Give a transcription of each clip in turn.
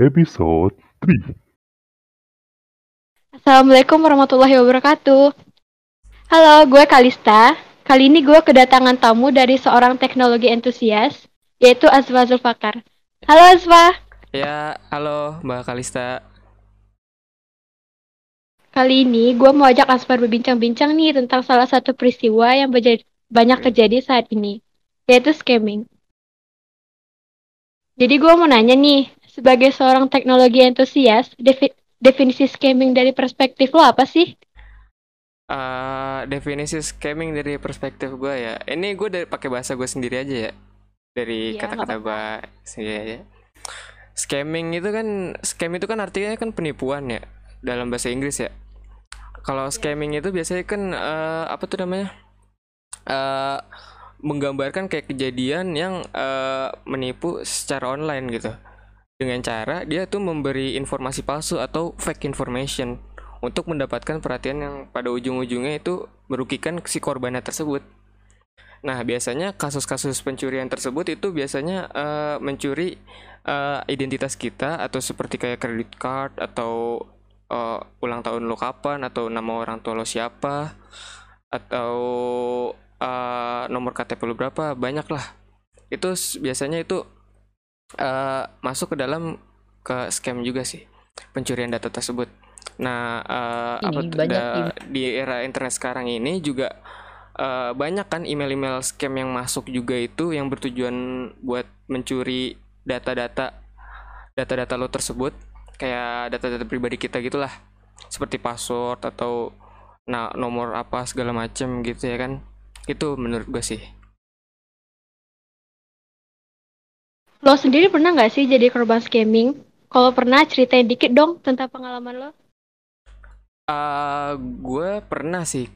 episode 3. Assalamualaikum warahmatullahi wabarakatuh. Halo, gue Kalista. Kali ini gue kedatangan tamu dari seorang teknologi entusias, yaitu Azfa Zulfakar. Halo Azfa. Ya, halo Mbak Kalista. Kali ini gue mau ajak Azfa berbincang-bincang nih tentang salah satu peristiwa yang banyak terjadi saat ini, yaitu scamming. Jadi gue mau nanya nih, sebagai seorang teknologi entusias, definisi scamming dari perspektif lo apa sih? Definisi scamming dari perspektif gue ya. Ini gue dari pakai bahasa gue sendiri aja ya. Dari Iya, nggak kata-kata apa-apa. gue sendiri aja. Scam itu kan artinya kan penipuan ya dalam bahasa Inggris ya. Kalau scamming itu biasanya kan apa tuh namanya? Eh, Menggambarkan kayak kejadian yang menipu secara online gitu. Dengan cara dia tuh memberi informasi palsu atau fake information untuk mendapatkan perhatian yang pada ujung-ujungnya itu merugikan si korbannya tersebut. Nah, biasanya kasus-kasus pencurian tersebut itu biasanya mencuri identitas kita atau seperti kayak credit card atau ulang tahun lo kapan atau nama orang tua lo siapa atau nomor KTP lo berapa, banyak lah. Itu biasanya itu masuk ke dalam ke scam juga sih, pencurian data tersebut. Nah, di era internet sekarang ini juga banyak kan email-email scam yang masuk juga itu yang bertujuan buat mencuri data-data lo tersebut, kayak data-data pribadi kita gitulah, seperti password atau nomor apa segala macem gitu ya kan. Itu menurut gue sih. Lo sendiri pernah nggak sih jadi korban scamming? Kalau pernah, ceritain dikit dong tentang pengalaman lo. Gue pernah sih,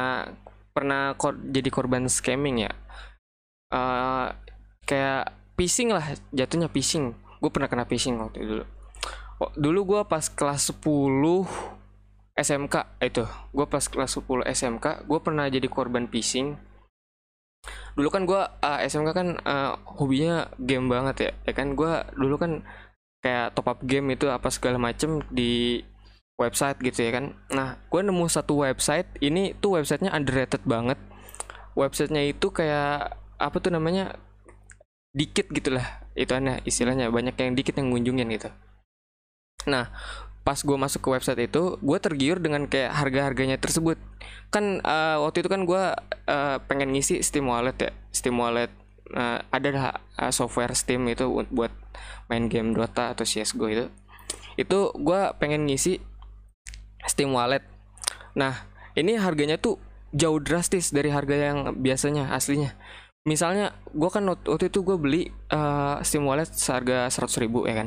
jadi korban scamming ya. Eh, Kayak phishing lah, jatuhnya phishing. Gue pernah kena phishing waktu itu dulu. Dulu gue pas kelas 10 SMK itu, gue pas kelas 10 SMK, gue pernah jadi korban phishing. Dulu kan gue SMK kan hobinya game banget ya kan. Gue dulu kan kayak top up game itu apa segala macem di website gitu ya kan. Nah, gue nemu satu website, ini tuh websitenya underrated banget. Websitenya itu kayak apa tuh namanya, dikit gitulah, itu aneh istilahnya, banyak yang dikit yang ngunjungin gitu. Nah, pas gue masuk ke website itu, gue tergiur dengan kayak harga-harganya tersebut. Kan waktu itu kan gue pengen ngisi Steam Wallet ya. Steam Wallet ada software Steam itu buat main game Dota atau CS:GO itu. Itu gue pengen ngisi Steam Wallet. Nah, ini harganya tuh jauh drastis dari harga yang biasanya aslinya. Misalnya, gue kan waktu itu gue beli Steam Wallet seharga 100.000 ya kan.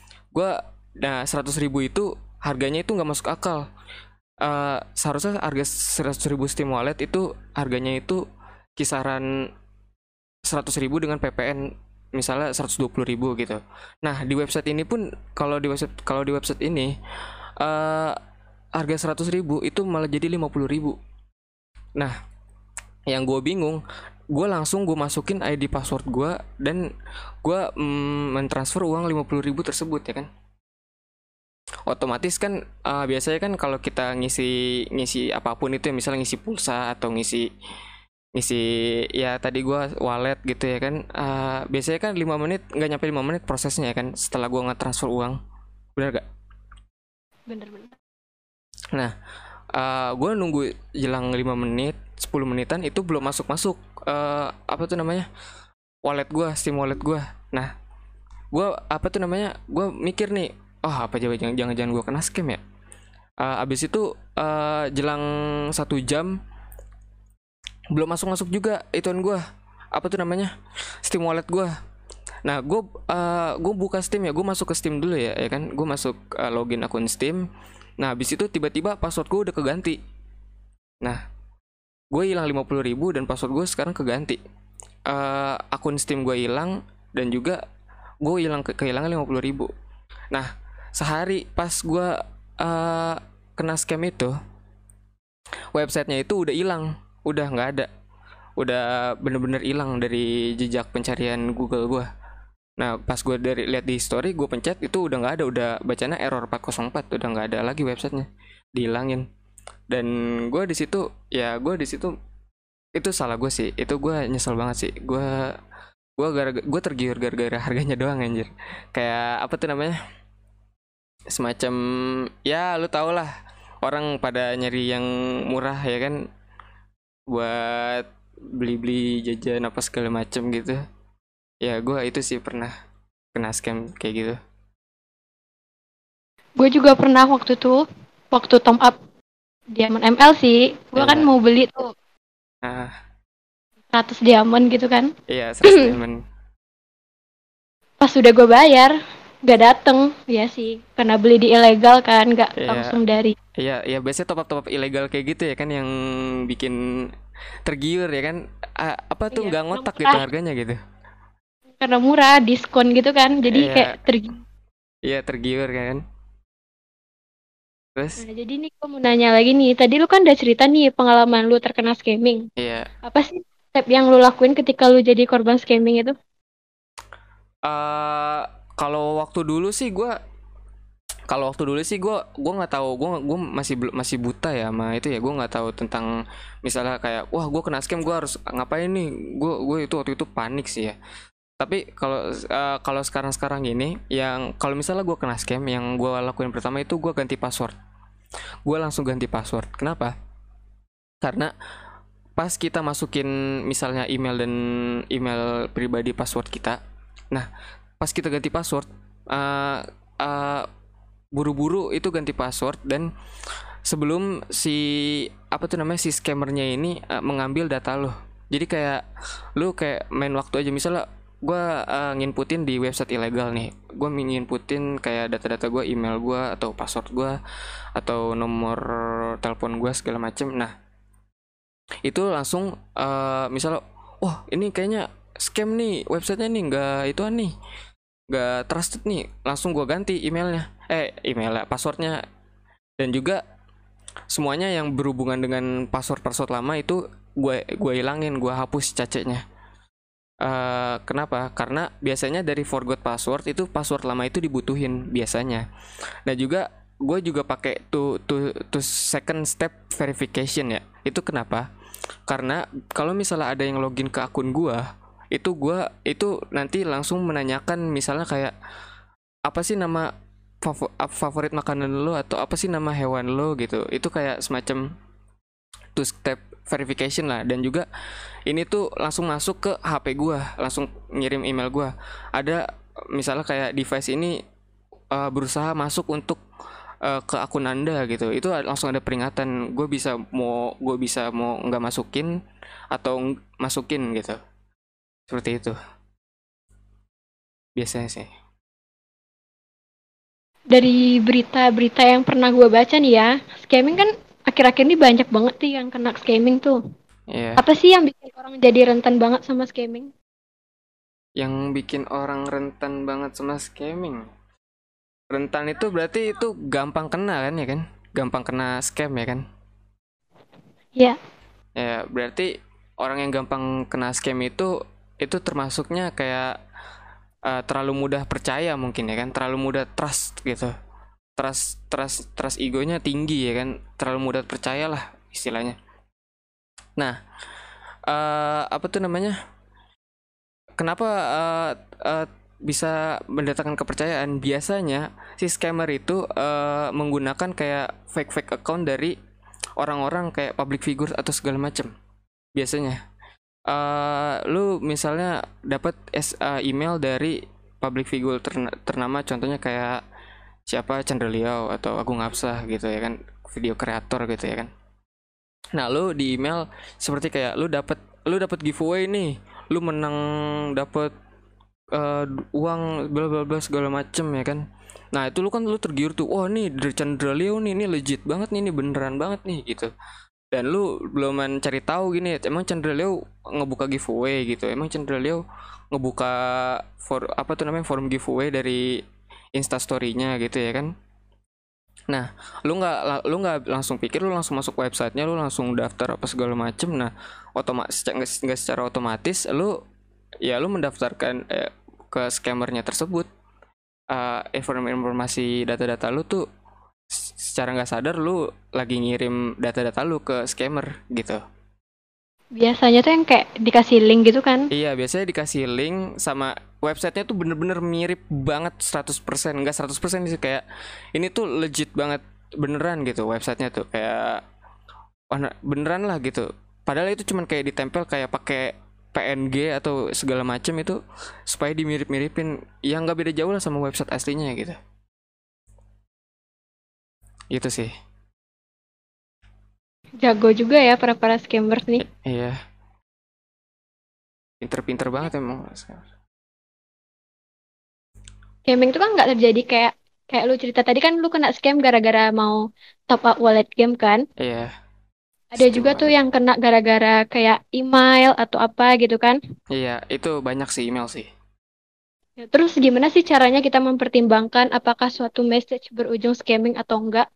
Nah 100.000 itu harganya itu nggak masuk akal. Seharusnya harga 100.000 Steam Wallet itu harganya itu kisaran 100.000 dengan PPN misalnya 120.000 gitu. Nah di website ini pun, kalau di website ini uh, harga 100.000 itu malah jadi 50.000. Nah yang gue bingung, gue masukin ID password gue dan gue mentransfer uang 50.000 tersebut ya kan. Otomatis kan biasanya kan kalau kita ngisi ngisi apapun itu ya, misalnya ngisi pulsa atau ngisi ngisi ya tadi gua wallet gitu ya kan, biasanya kan 5 menit, nggak nyampe 5 menit prosesnya ya kan setelah gua nge-transfer uang, benar gak? Bener-bener. Nah, gua nunggu jelang 5 menit 10 menitan itu belum masuk apa tuh namanya, wallet gua, Steam wallet gua. Nah, gua apa tuh namanya, gua mikir nih, oh apa jangan-jangan gua kena scam ya. Abis itu jelang 1 jam belum masuk juga ituan gue, apa tuh namanya, Steam wallet gue. Nah gue buka Steam ya, gue masuk ke Steam dulu ya kan, gue masuk login akun Steam. Nah habis itu tiba-tiba password gue udah keganti. Nah gue hilang 50.000 dan password gue sekarang keganti. Akun Steam gue hilang dan juga gue kehilangan 50.000. Nah sehari pas gue kena scam itu, websitenya itu udah hilang, udah nggak ada, udah bener-bener hilang dari jejak pencarian Google gue. Nah pas gue dari lihat di story, gue pencet itu udah nggak ada, udah bacanya error 404, udah nggak ada lagi websitenya, dihilangin. Dan gue di situ itu salah gue sih, itu gue nyesel banget sih. Gue tergiur gara-gara harganya doang anjir. Kayak apa tuh namanya, semacam, ya lu tau lah, orang pada nyari yang murah ya kan, buat beli-beli jajan apa segala macem gitu. Ya gue itu sih pernah kena scam kayak gitu. Gue juga pernah waktu top up diamond ML sih. Gue kan Ya, mau beli tuh nah, 100 diamond gitu kan. iya 100 diamond. Pas udah gue bayar, gak dateng. Ya sih, karena beli di ilegal kan, gak Iya, langsung dari. iya, iya, biasanya top up ilegal kayak gitu ya kan, yang bikin tergiur ya kan. Apa tuh Iya, nggak karena ngotak gitu murah. harganya gitu. Karena murah, diskon gitu kan. Jadi kayak Iya, iya tergiur kan. Terus, Nah, jadi nih gue mau nanya lagi nih. Tadi lu kan udah cerita nih pengalaman lu terkena scamming. iya. Apa sih step yang lu lakuin ketika lu jadi korban scamming itu? eh kalau waktu dulu sih gue kalau waktu dulu sih gue nggak tahu, gue masih buta ya sama itu ya, gue nggak tahu tentang misalnya kayak wah gue kena scam gue harus ngapain nih. Gue itu waktu itu panik sih ya. Tapi kalau sekarang gini, yang kalau misalnya gue kena scam, yang gue lakuin pertama itu gue ganti password. Gue langsung ganti password. Kenapa? Karena pas kita masukin misalnya email dan email pribadi password kita, nah pas kita ganti password, uh, uh, buru-buru itu ganti password, dan sebelum si apa tuh namanya si scammernya ini mengambil data lo. Jadi kayak lu kayak main waktu aja. Misalnya gue nginputin di website ilegal nih, gue nginputin kayak data-data gue, email gue atau password gue atau nomor telepon gue segala macem. Nah itu langsung misalnya, wah ini kayaknya scam nih websitenya nih, nggak itu nih, nggak trusted nih, langsung gue ganti emailnya passwordnya. Dan juga semuanya yang berhubungan dengan password lama itu gue hilangin, gue hapus cacetnya. Kenapa? Karena biasanya dari forgot password itu password lama itu dibutuhin biasanya. Dan juga gue juga pakai to second step verification ya. Itu kenapa? Karena kalau misalnya ada yang login ke akun gue itu nanti langsung menanyakan misalnya kayak apa sih nama favorit makanan lo, atau apa sih nama hewan lo gitu. Itu kayak semacam two step verification lah. Dan juga ini tuh langsung masuk ke HP gue, langsung ngirim email gue. Ada misalnya kayak device ini berusaha masuk untuk ke akun anda gitu, itu langsung ada peringatan. Gue bisa mau nggak masukin atau masukin gitu, seperti itu biasanya sih. Dari berita-berita yang pernah gue baca nih ya, scamming kan akhir-akhir ini banyak banget nih yang kena scamming tuh. Ya, Apa sih yang bikin orang jadi rentan banget sama scamming? yang bikin orang rentan banget sama scamming, rentan itu berarti itu gampang kena kan ya kan, gampang kena scam ya kan. Ya, Ya berarti orang yang gampang kena scam itu termasuknya kayak terlalu mudah percaya mungkin ya kan, terlalu mudah trust gitu. Trust egonya tinggi ya kan, terlalu mudah percaya lah istilahnya. Nah, apa tuh namanya, kenapa bisa mendatangkan kepercayaan? Biasanya si scammer itu menggunakan kayak fake account dari orang-orang kayak public figure atau segala macam. Biasanya lu misalnya dapat email dari public figure ternama, contohnya kayak siapa, Chandra Liao atau Agung Hapsah gitu ya kan, video kreator gitu ya kan. Nah lu di email seperti kayak lu dapat giveaway nih, lu menang, dapat uang bla bla bla segala macem ya kan. Nah itu lu tergiur tuh, wah nih dari Chandra Leo nih, ini legit banget nih, ini beneran banget nih gitu. Dan lu belum cari tahu gini, emang Chandra Leo ngebuka giveaway gitu, emang Chandra Leo ngebuka apa tuh namanya, forum giveaway dari instastorynya gitu ya kan. Nah lu nggak langsung pikir, lu langsung masuk websitenya, lu langsung daftar apa segala macem. Nah otomatis, nggak secara otomatis lu ya lu mendaftarkan ke scammernya tersebut, informasi data-data lu tuh secara nggak sadar lu lagi ngirim data-data lu ke scammer gitu. Biasanya tuh yang kayak dikasih link gitu kan. Iya, biasanya dikasih link sama websitenya tuh bener-bener mirip banget 100%. Nggak 100% sih, kayak ini tuh legit banget, beneran gitu websitenya tuh kayak beneran lah gitu. Padahal itu cuman kayak ditempel kayak pakai PNG atau segala macem itu supaya dimirip-miripin, yang nggak beda jauh lah sama website aslinya gitu. Gitu sih. Jago juga ya para scammers nih. Iya, pinter-pinter banget emang. Scamming itu kan nggak terjadi kayak kayak lu cerita tadi kan lu kena scam gara-gara mau top up wallet game kan. Iya, Ada scam juga tuh banget. yang kena gara-gara kayak email atau apa gitu kan. Iya, itu banyak sih email sih. Ya, terus gimana sih caranya kita mempertimbangkan apakah suatu message berujung scamming atau enggak?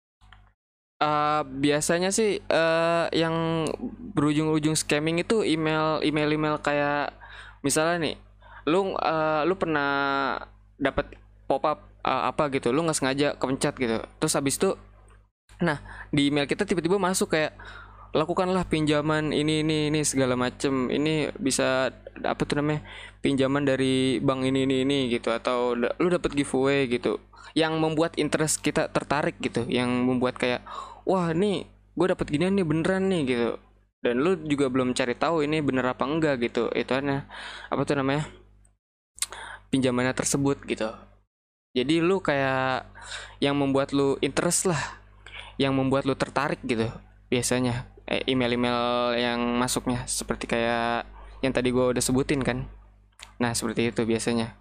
Biasanya sih yang berujung-ujung scamming itu email kayak misalnya nih, lu pernah dapat pop up apa gitu, lu nggak sengaja kepencet gitu, terus habis itu, nah di email kita tiba-tiba masuk kayak lakukanlah pinjaman ini segala macem, ini bisa apa tuh namanya, pinjaman dari bank ini gitu, atau lu dapat giveaway gitu, yang membuat interest kita tertarik gitu, yang membuat kayak wah nih gue dapat ginian nih beneran nih gitu, dan lu juga belum cari tahu ini bener apa enggak gitu, itu apa tuh namanya, pinjamannya tersebut gitu. Jadi lu kayak yang membuat lu interest lah, yang membuat lu tertarik gitu biasanya, email-email yang masuknya seperti kayak yang tadi gue udah sebutin kan. Nah seperti itu biasanya.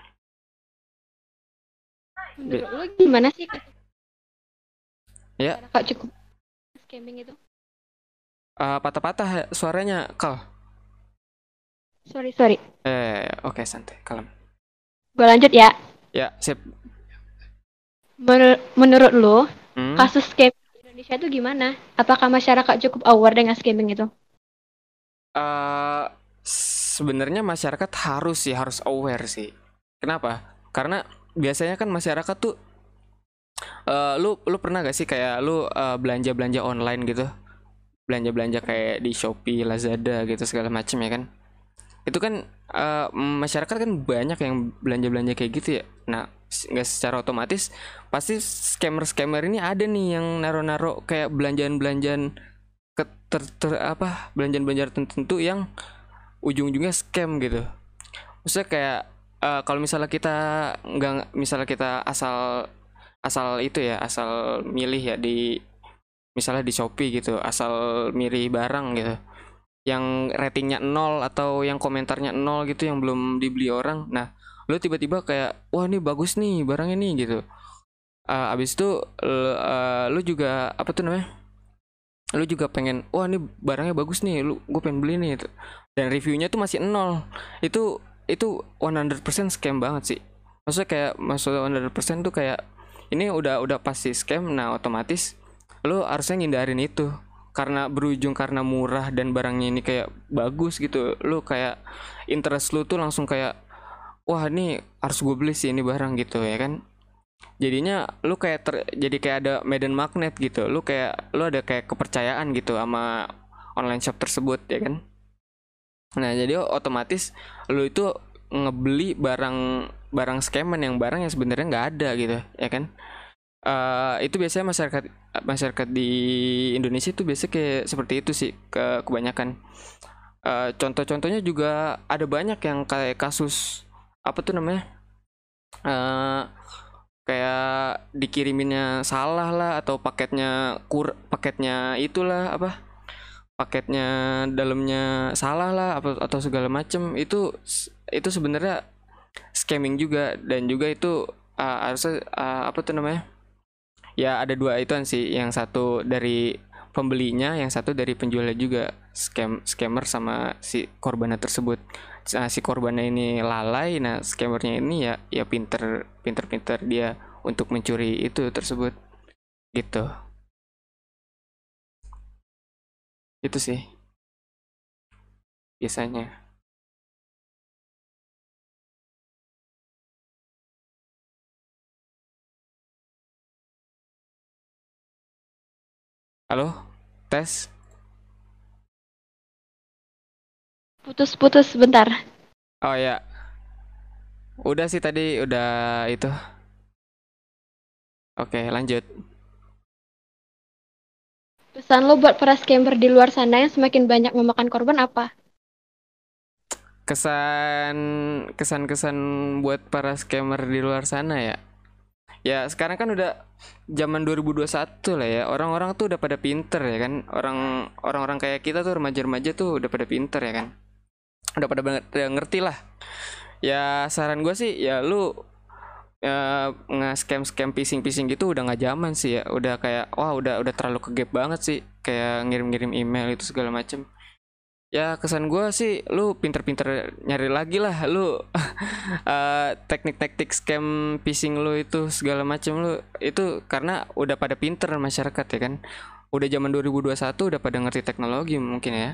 Menurut lu gimana sih Ya, cara kak cukup scamming itu? patah-patah suaranya Kal. Sorry, sorry. Oke, santai kalem. Gue lanjut ya. Ya sip. Menurut lu, hmm, kasus scamming di Indonesia itu gimana? Apakah masyarakat cukup aware dengan scamming itu? eh Sebenarnya masyarakat harus aware sih. Kenapa? Karena biasanya kan masyarakat tuh, lu pernah gak sih kayak lu belanja belanja online gitu, belanja belanja kayak di Shopee, Lazada gitu segala macem ya kan. Itu kan masyarakat kan banyak yang belanja belanja kayak gitu ya. Nah, nggak secara otomatis pasti scammer ini ada nih yang naro-naro kayak belanjaan-belanjaan ke apa, belanjaan-belanjaan tertentu yang ujung-ujungnya scam gitu. Maksudnya kayak kalau misalnya kita nggak, misalnya kita asal asal itu ya, asal milih ya di, misalnya di Shopee gitu, asal milih barang gitu yang ratingnya nol atau yang komentarnya nol gitu, yang belum dibeli orang. Nah, lu tiba-tiba kayak wah ini bagus nih barangnya nih gitu. Abis itu lu juga apa tuh namanya, lu juga pengen wah ini barangnya bagus nih, gue pengen beli nih gitu. Dan reviewnya tuh masih nol. Itu 100% scam banget sih. Maksudnya kayak, maksudnya 100% tuh kayak ini udah pasti scam. Nah otomatis lu harusnya ngindarin itu, karena berujung karena murah dan barangnya ini kayak bagus gitu, lu kayak interest lu tuh langsung kayak wah ini harus gue beli sih ini barang gitu ya kan. Jadinya lu kayak jadi kayak ada medan magnet gitu, lu ada kayak kepercayaan gitu sama online shop tersebut ya kan. Nah jadi otomatis lu itu ngebeli barang barang scaman, yang barang yang sebenarnya nggak ada gitu ya kan. Itu biasanya masyarakat masyarakat di Indonesia itu biasanya kayak seperti itu sih, kebanyakan. Contoh-contohnya juga ada banyak yang kayak kasus apa tuh namanya, eh kayak dikiriminnya salah lah, atau paketnya itulah apa, paketnya dalamnya salah lah, atau segala macem itu sebenarnya scamming juga. Dan juga itu harusnya apa tuh namanya, ya ada dua ituan sih, yang satu dari pembelinya, yang satu dari penjualnya juga, scammer sama si korbannya tersebut. Nah, si korbannya ini lalai, nah scammernya ini ya pinter dia untuk mencuri itu tersebut gitu. Itu sih biasanya. Halo, tes. Putus-putus bentar. Oh ya, udah sih tadi udah itu. Oke, lanjut. Pesan lo buat para scammer di luar sana yang semakin banyak memakan korban apa? Kesan kesan buat para scammer di luar sana ya. Ya, sekarang kan udah zaman 2021 lah ya. Orang-orang tuh udah pada pinter ya kan. Orang-orang kayak kita tuh remaja-remaja tuh udah pada pinter ya kan. Udah pada banget udah ngerti lah. Ya saran gue sih ya lu nge-scam phishing gitu udah nggak zaman sih ya. Udah kayak wah udah terlalu kegep banget sih. Kayak ngirim-ngirim email itu segala macem. Ya kesan gue sih lu pinter-pinter nyari lagi lah lu teknik-teknik scam phishing lu itu segala macam lu itu karena udah pada pinter masyarakat ya kan. Udah zaman 2021 udah pada ngerti teknologi mungkin ya.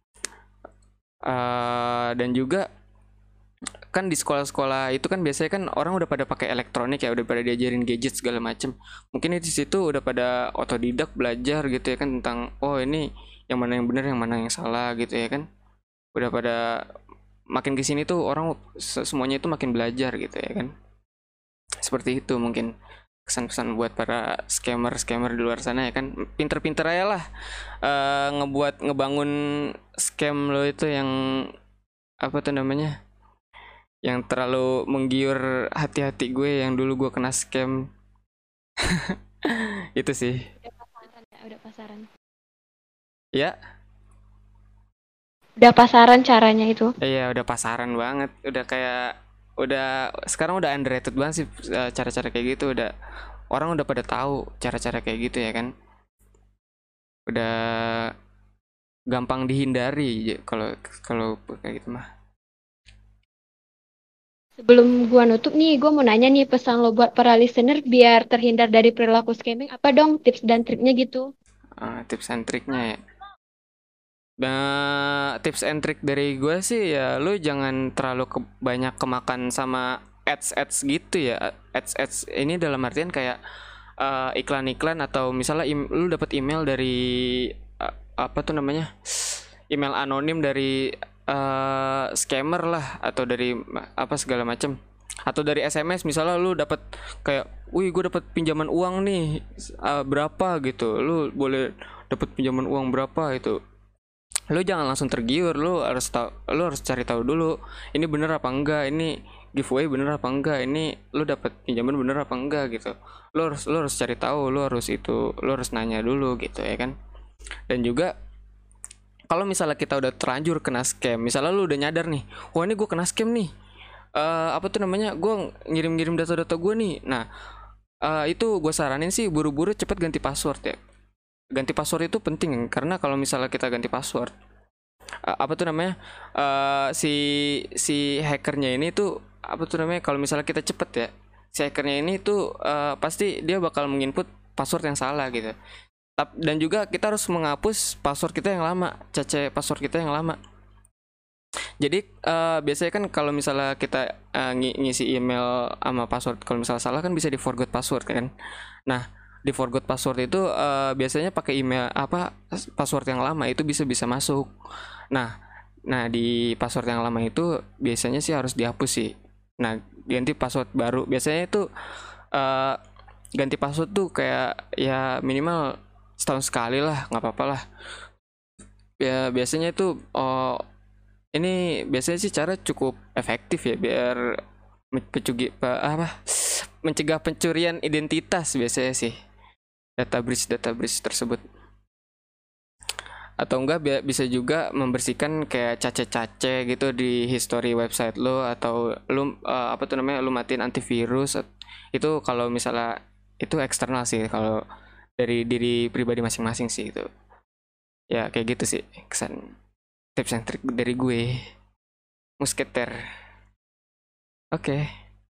Dan juga kan di sekolah-sekolah itu kan biasanya kan orang udah pada pakai elektronik ya, udah pada diajarin gadget segala macem. Mungkin di situ udah pada otodidak belajar gitu ya kan tentang oh ini yang mana yang benar yang mana yang salah gitu ya kan. Udah pada makin kesini tuh orang semuanya itu makin belajar gitu ya kan. Seperti itu mungkin kesan-kesan buat para scammer di luar sana ya kan. Pinter-pinter aja lah ngebangun scam lo itu yang apa tuh namanya, yang terlalu menggiur hati-hati gue yang dulu gue kena scam. Itu sih. Udah pasaran ya, udah pasaran. Ya, Udah pasaran caranya itu. iya udah pasaran banget. Udah kayak udah sekarang udah underrated banget sih cara-cara kayak gitu. Udah orang udah pada tahu cara-cara kayak gitu ya kan. Udah gampang dihindari kalau kalau kayak gitu mah. Sebelum gua nutup nih, gua mau nanya nih pesan lo buat para listener biar terhindar dari perilaku scamming. Apa dong tips dan triknya gitu? Tips and triknya ya. Nah, tips and trick dari gue sih ya lu jangan terlalu banyak kemakan sama ads gitu ya. Ads ini dalam artian kayak iklan-iklan atau misalnya lu dapat email dari apa tuh namanya, email anonim dari scammer lah atau dari apa segala macam, atau dari SMS misalnya lu dapat kayak wih gue dapat pinjaman uang nih berapa gitu, lu boleh dapat pinjaman uang berapa itu. Lu jangan langsung tergiur, lu harus cari tahu dulu ini bener apa enggak, ini giveaway bener apa enggak, ini lu dapat pinjaman bener apa enggak gitu. Lu harus cari tahu, lu harus nanya dulu gitu ya kan. Dan juga kalau misalnya kita udah terlanjur kena scam, misalnya lu udah nyadar nih wah ini gue kena scam nih, apa tuh namanya, gue ngirim-ngirim data-data gue nih. Nah itu gue saranin sih buru-buru cepet ganti password ya. Ganti password itu penting karena kalau misalnya kita ganti password apa tuh namanya, si si hackernya ini tuh apa tuh namanya, kalau misalnya kita cepet ya, si hackernya ini tuh pasti dia bakal menginput password yang salah gitu. Dan juga kita harus menghapus password kita yang lama, cache password kita yang lama. Jadi biasanya kan kalau misalnya kita ngisi email sama password, kalau misalnya salah kan bisa di forgot password kan. Nah di forgot password itu biasanya pakai email apa password yang lama itu bisa masuk. Nah, di password yang lama itu biasanya sih harus dihapus sih. Nah, ganti password baru. Biasanya itu eh, ganti password tuh kayak ya minimal setahun sekali lah, nggak apa-apa lah. Ya biasanya itu ini biasanya sih cara cukup efektif ya biar mencegah pencurian identitas biasanya sih. Data breach tersebut. Atau enggak bisa juga membersihkan kayak cace-cace gitu di history website lo, atau lu apa tuh namanya, lu matiin antivirus itu kalau misalnya itu eksternal sih, kalau dari diri pribadi masing-masing sih itu. Ya kayak gitu sih kesan tips and trick dari gue musketer. Oke.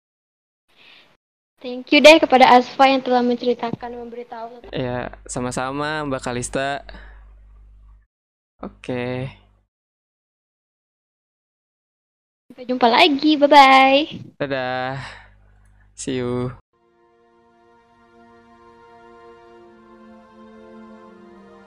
Thank you deh kepada Asfa yang telah menceritakan, memberitahu tentang. Ya sama-sama Mbak Kalista. Oke. Sampai jumpa lagi, bye-bye. Dadah. See you.